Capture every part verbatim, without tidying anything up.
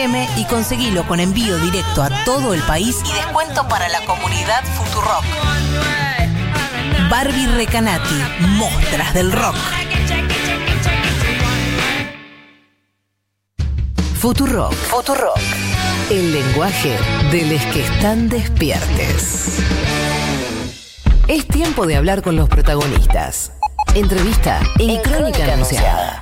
M y conseguilo con envío directo a todo el país y descuento para la comunidad Futurock. Barbie Recanati, Mostras del Rock. Futurock. Futurock. El lenguaje de los que están despiertes. Es tiempo de hablar con los protagonistas. Entrevista en, en Crónica, Crónica Anunciada.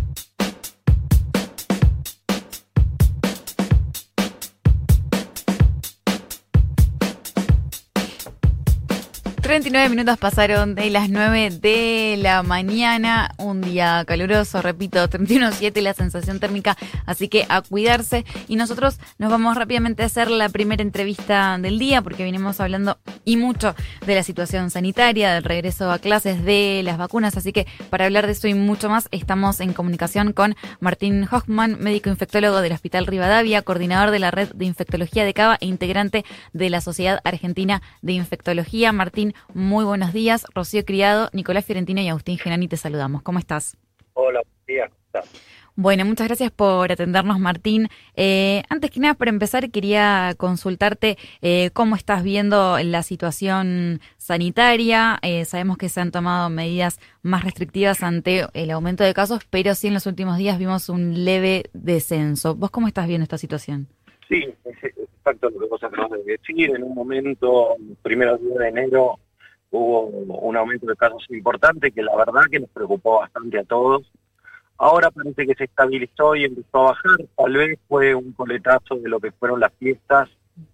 treinta y nueve minutos pasaron de las nueve de la mañana, un día caluroso, repito, treinta y uno punto siete la sensación térmica, así que a cuidarse. Y nosotros nos vamos rápidamente a hacer la primera entrevista del día, porque venimos hablando y mucho de la situación sanitaria, del regreso a clases, de las vacunas, así que para hablar de esto y mucho más, estamos en comunicación con Martín Hoffman, médico infectólogo del Hospital Rivadavia, coordinador de la red de infectología de Cava e integrante de la Sociedad Argentina de Infectología. Martín, muy buenos días. Rocío Criado, Nicolás Fiorentino y Agustín Genani te saludamos. ¿Cómo estás? Hola, buenos días. ¿Cómo estás? Bueno, muchas gracias por atendernos, Martín. Eh, antes que nada, para empezar, quería consultarte eh, cómo estás viendo la situación sanitaria. Eh, sabemos que se han tomado medidas más restrictivas ante el aumento de casos, pero sí en los últimos días vimos un leve descenso. ¿Vos cómo estás viendo esta situación? Sí, es exacto lo que vos acabas de decir. En un momento, el primeros días de enero, hubo un aumento de casos importante que la verdad que nos preocupó bastante a todos. Ahora parece que se estabilizó y empezó a bajar. Tal vez fue un coletazo de lo que fueron las fiestas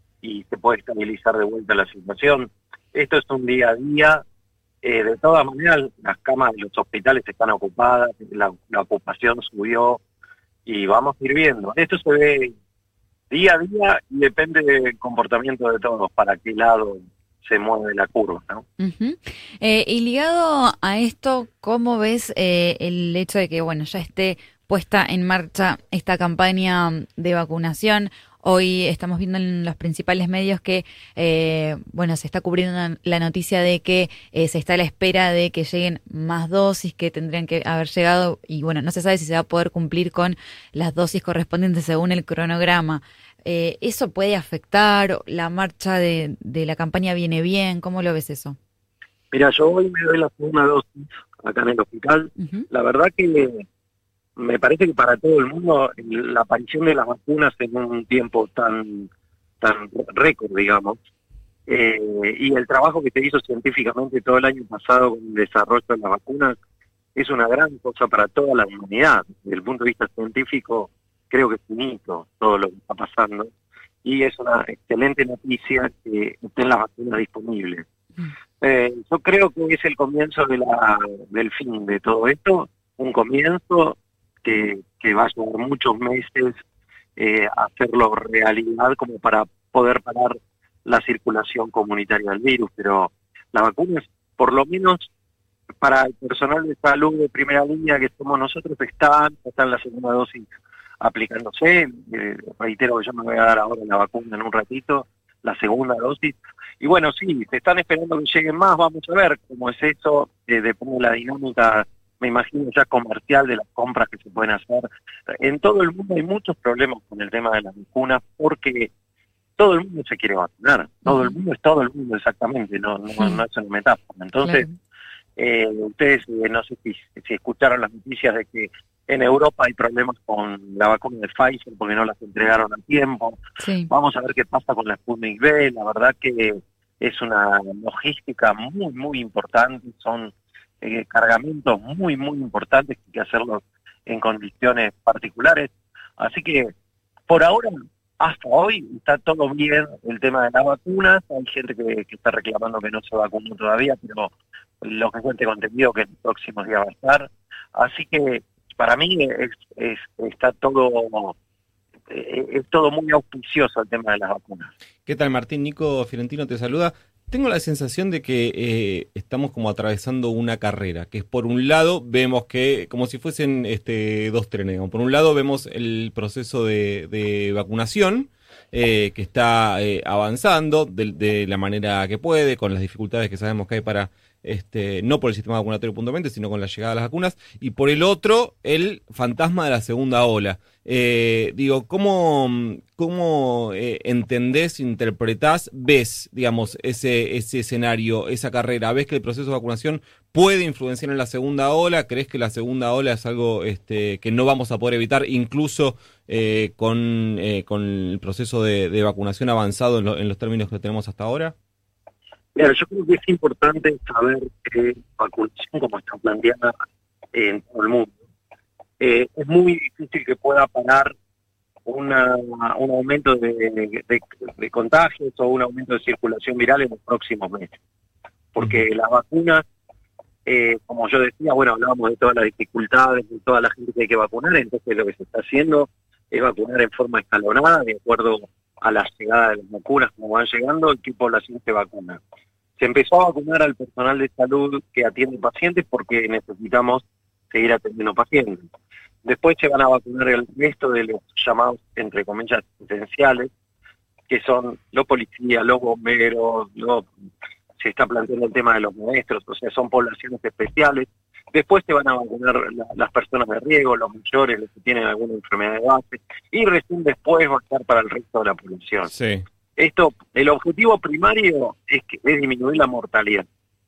y se puede estabilizar de vuelta la situación. Esto es un día a día. Eh, de todas maneras, las camas de los hospitales están ocupadas, la, la ocupación subió y vamos a ir viendo. Esto se ve día a día y depende del comportamiento de todos, para qué lado se mueve la curva, ¿no? Uh-huh. Eh, y ligado a esto, ¿cómo ves eh, el hecho de que, bueno, ya esté puesta en marcha esta campaña de vacunación? Hoy estamos viendo en los principales medios que, eh, bueno, se está cubriendo la noticia de que eh, se está a la espera de que lleguen más dosis que tendrían que haber llegado y, bueno, no se sabe si se va a poder cumplir con las dosis correspondientes según el cronograma. Eh, ¿Eso puede afectar? ¿La marcha de, de la campaña viene bien? ¿Cómo lo ves eso? Mira, yo hoy me doy la segunda dosis acá en el hospital. Uh-huh. La verdad que me parece que para todo el mundo la aparición de las vacunas en un tiempo tan tan récord, digamos, eh, y el trabajo que se hizo científicamente todo el año pasado con el desarrollo de las vacunas es una gran cosa para toda la humanidad. Desde el punto de vista científico, creo que es finito todo lo que está pasando y es una excelente noticia que estén las vacunas disponibles. Eh, yo creo que es el comienzo de la, del fin de todo esto, un comienzo que, que va a llevar muchos meses eh, hacerlo realidad como para poder parar la circulación comunitaria del virus, pero las vacunas, por lo menos para el personal de salud de primera línea que somos nosotros, están, están la segunda dosis aplicándose. Eh, reitero que yo me voy a dar ahora la vacuna en un ratito, la segunda dosis. Y bueno, sí, se están esperando que lleguen más, vamos a ver cómo es eso, eh, depende de la dinámica, me imagino ya comercial de las compras que se pueden hacer. En todo el mundo hay muchos problemas con el tema de las vacunas porque todo el mundo se quiere vacunar, todo el mundo es todo el mundo exactamente, no, no, no es una metáfora. Entonces, claro. eh, ustedes eh, no sé si, si escucharon las noticias de que en Europa hay problemas con la vacuna de Pfizer porque no las entregaron a tiempo. Sí. Vamos a ver qué pasa con la Sputnik V. La verdad que es una logística muy, muy importante. Son eh, cargamentos muy, muy importantes que hay que hacerlos en condiciones particulares. Así que, por ahora, hasta hoy, está todo bien el tema de las vacunas. Hay gente que, que está reclamando que no se vacunó todavía, pero lo que cuente contenido que en los próximos días va a estar. Así que, para mí es, es, está todo es, es todo muy auspicioso el tema de las vacunas. ¿Qué tal, Martín? Nico Fiorentino te saluda. Tengo la sensación de que eh, estamos como atravesando una carrera, que es por un lado vemos que, como si fuesen este dos trenes, por un lado vemos el proceso de, de vacunación, eh, que está eh, avanzando de, de la manera que puede, con las dificultades que sabemos que hay para... Este, no por el sistema vacunatorio puntualmente, sino con la llegada de las vacunas, y por el otro, el fantasma de la segunda ola. Eh, digo, ¿cómo, cómo eh, entendés, interpretás, ves, digamos, ese, ese escenario, esa carrera? ¿Ves que el proceso de vacunación puede influenciar en la segunda ola? ¿Crees que la segunda ola es algo este, que no vamos a poder evitar, incluso eh, con, eh, con el proceso de, de vacunación avanzado en, lo, en los términos que tenemos hasta ahora? Mira, yo creo que es importante saber que vacunación, como está planteada en todo el mundo, eh, es muy difícil que pueda parar una, un aumento de, de, de contagios o un aumento de circulación viral en los próximos meses. Porque las vacunas, eh, como yo decía, bueno, hablábamos de todas las dificultades, de toda la gente que hay que vacunar, entonces lo que se está haciendo es vacunar en forma escalonada, de acuerdo a la llegada de las vacunas, como van llegando, y qué población se vacuna. Se empezó a vacunar al personal de salud que atiende pacientes porque necesitamos seguir atendiendo pacientes. Después se van a vacunar el resto de los llamados, entre comillas, esenciales, que son los policías, los bomberos, los, se está planteando el tema de los maestros, o sea, son poblaciones especiales. Después se van a vacunar la, las personas de riesgo, los mayores, los que tienen alguna enfermedad de base, y recién después va a estar para el resto de la población. Sí. Esto, el objetivo primario es, que, es disminuir la mortalidad.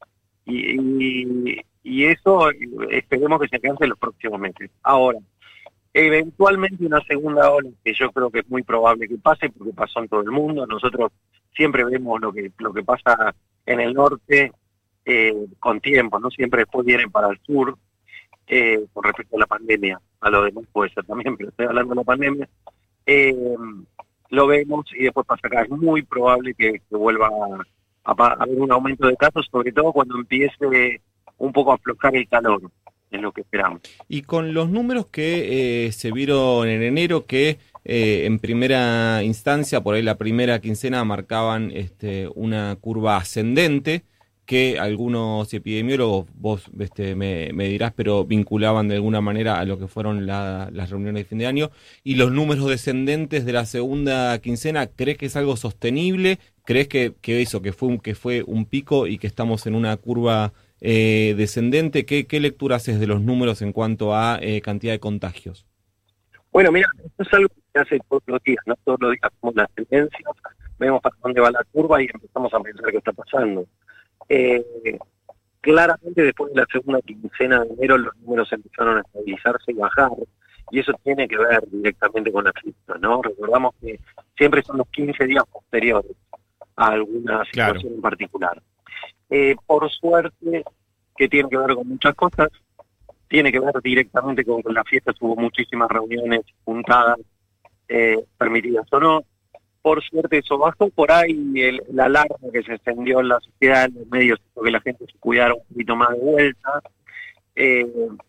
Y, y, y eso esperemos que se alcance en los próximos meses. Ahora, eventualmente una segunda ola, que yo creo que es muy probable que pase, porque pasó en todo el mundo. Nosotros siempre vemos lo que lo que pasa en el norte eh, con tiempo, no siempre después vienen para el sur, eh, con respecto a la pandemia. A lo demás puede ser también, pero estoy hablando de la pandemia. Eh, lo vemos y después pasa acá. Es muy probable que, que vuelva a, a haber un aumento de casos, sobre todo cuando empiece un poco a aflojar el calor, es lo que esperamos. Y con los números que eh, se vieron en enero, que eh, en primera instancia, por ahí la primera quincena, marcaban este, una curva ascendente, que algunos epidemiólogos, vos este, me, me dirás, pero vinculaban de alguna manera a lo que fueron la, las reuniones de fin de año, y los números descendentes de la segunda quincena, ¿crees que es algo sostenible? ¿Crees que, que eso, que fue, un, que fue un pico y que estamos en una curva eh, descendente? ¿Qué, ¿Qué lectura haces de los números en cuanto a eh, cantidad de contagios? Bueno, mira, esto es algo que se hace todos los días, ¿no? Todos los días vemos las tendencias, vemos para dónde va la curva y empezamos a pensar qué está pasando. Eh, claramente después de la segunda quincena de enero los números empezaron a estabilizarse y bajar, y eso tiene que ver directamente con la fiesta, ¿no? Recordamos que siempre son los quince días posteriores a alguna situación claro. en particular. Eh, por suerte, que tiene que ver con muchas cosas, tiene que ver directamente con, con la fiesta, hubo muchísimas reuniones juntadas, eh, permitidas o no. Por suerte eso bajó, por ahí el, la alarma que se extendió en la sociedad, en los medios, hizo que la gente se cuidara un poquito más de vuelta. Eh,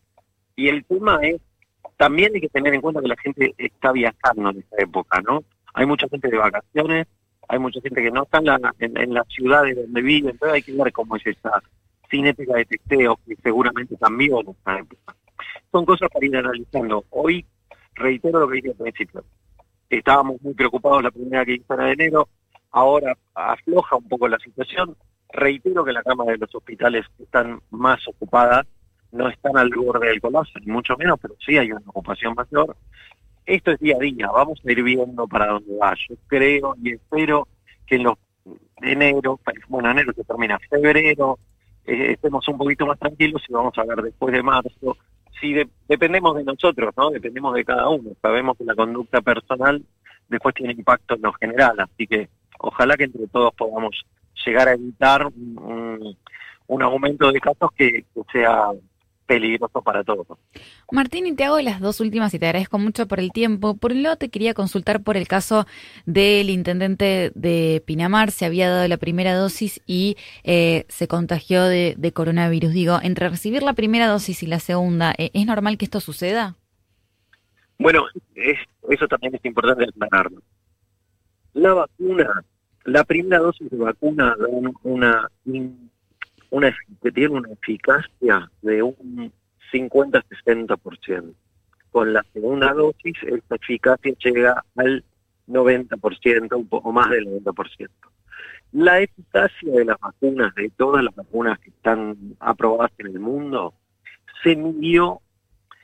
y el tema es, también hay que tener en cuenta que la gente está viajando en esta época, ¿no? Hay mucha gente de vacaciones, hay mucha gente que no está en la, en, en la ciudad de donde vive, entonces hay que ver cómo es esa cinética de testeo que seguramente cambió en esta época. Son cosas para ir analizando. Hoy, reitero lo que dije al principio, estábamos muy preocupados la primera quincena de enero, ahora afloja un poco la situación. Reitero que las camas de los hospitales están más ocupadas, no están al borde del colapso, ni mucho menos, pero sí hay una ocupación mayor. Esto es día a día, vamos a ir viendo para dónde va. Yo creo y espero que en los de enero, bueno, enero se termina, febrero, eh, estemos un poquito más tranquilos y vamos a ver después de marzo. Sí, de, dependemos de nosotros, ¿no? Dependemos de cada uno. Sabemos que la conducta personal después tiene impacto en lo general, así que ojalá que entre todos podamos llegar a evitar un, un aumento de casos que, que sea peligroso para todos. Martín, y te hago las dos últimas y te agradezco mucho por el tiempo. Por un lado te quería consultar por el caso del intendente de Pinamar. Se había dado la primera dosis y eh, se contagió de, de coronavirus. Digo, entre recibir la primera dosis y la segunda, eh, ¿es normal que esto suceda? Bueno, es, eso también es importante aclararlo. La vacuna, la primera dosis de vacuna da una, una, que tiene una eficacia de un cincuenta a sesenta por ciento. Con la segunda dosis, esta eficacia llega al noventa por ciento, un poco más del noventa por ciento. La eficacia de las vacunas, de todas las vacunas que están aprobadas en el mundo, se midió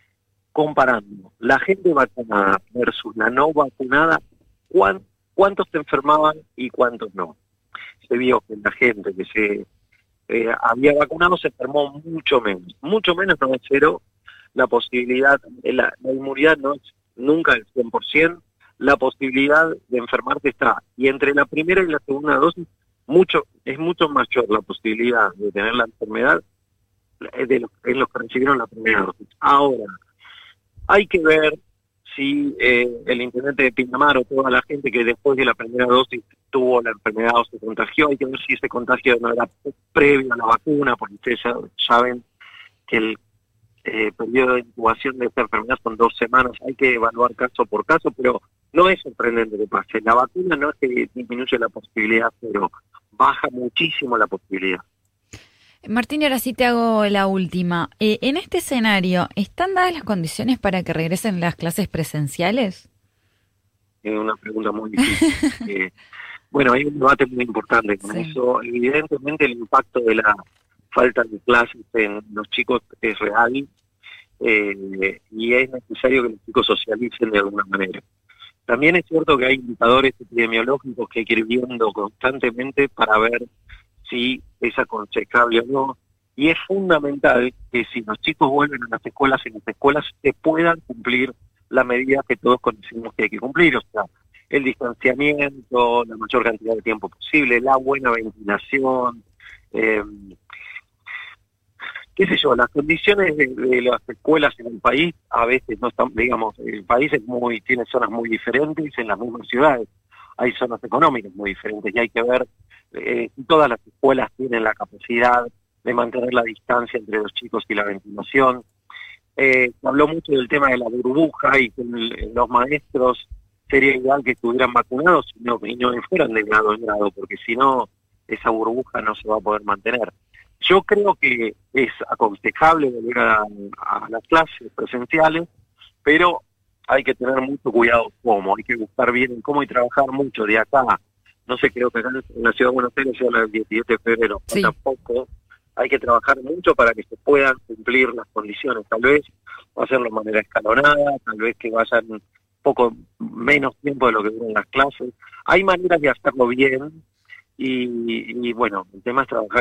comparando la gente vacunada versus la no vacunada, ¿cuán, ¿cuántos se enfermaban y cuántos no? Se vio que la gente que se eh, había vacunado se enfermó mucho menos, mucho menos, no es cero, la posibilidad, la, la inmunidad no es nunca el cien por ciento, la posibilidad de enfermarse está, y entre la primera y la segunda dosis, mucho es mucho mayor la posibilidad de tener la enfermedad de los, en los que recibieron la primera dosis. Ahora, hay que ver si eh, el intendente de Pinamar o toda la gente que después de la primera dosis tuvo la enfermedad o se contagió, hay que ver si ese contagio no era previo a la vacuna, porque ustedes saben que el eh, periodo de incubación de esta enfermedad son dos semanas, hay que evaluar caso por caso, pero no es sorprendente que pase. La vacuna no es que disminuye la posibilidad, pero baja muchísimo la posibilidad. Martín, ahora sí te hago la última. Eh, en este escenario, ¿están dadas las condiciones para que regresen las clases presenciales? Es una pregunta muy difícil. eh, bueno, hay un debate muy importante con sí. eso. Evidentemente el impacto de la falta de clases en los chicos es real eh, y es necesario que los chicos socialicen de alguna manera. También es cierto que hay indicadores epidemiológicos que hay que ir viendo constantemente para ver si es aconsejable o no, y es fundamental que si los chicos vuelven a las escuelas, en las escuelas se puedan cumplir las medidas que todos conocemos que hay que cumplir, o sea, el distanciamiento, la mayor cantidad de tiempo posible, la buena ventilación, eh, qué sé yo, las condiciones de, de las escuelas en el país a veces no están, digamos, el país es muy, tiene zonas muy diferentes en las mismas ciudades, hay zonas económicas muy diferentes y hay que ver Eh, todas las escuelas tienen la capacidad de mantener la distancia entre los chicos y la ventilación. Eh, se habló mucho del tema de la burbuja y que el, los maestros sería ideal que estuvieran vacunados y no, y no fueran de grado en grado, porque si no, esa burbuja no se va a poder mantener. Yo creo que es aconsejable volver a, a las clases presenciales, pero hay que tener mucho cuidado cómo, hay que buscar bien cómo y trabajar mucho de acá. No sé, creo que acá en la ciudad de Buenos Aires se habla del diecisiete de febrero, sí. Tampoco hay que trabajar mucho para que se puedan cumplir las condiciones, tal vez hacerlo de manera escalonada, tal vez que vayan un poco menos tiempo de lo que duran las clases. Hay maneras de hacerlo bien y, y bueno, el tema es trabajar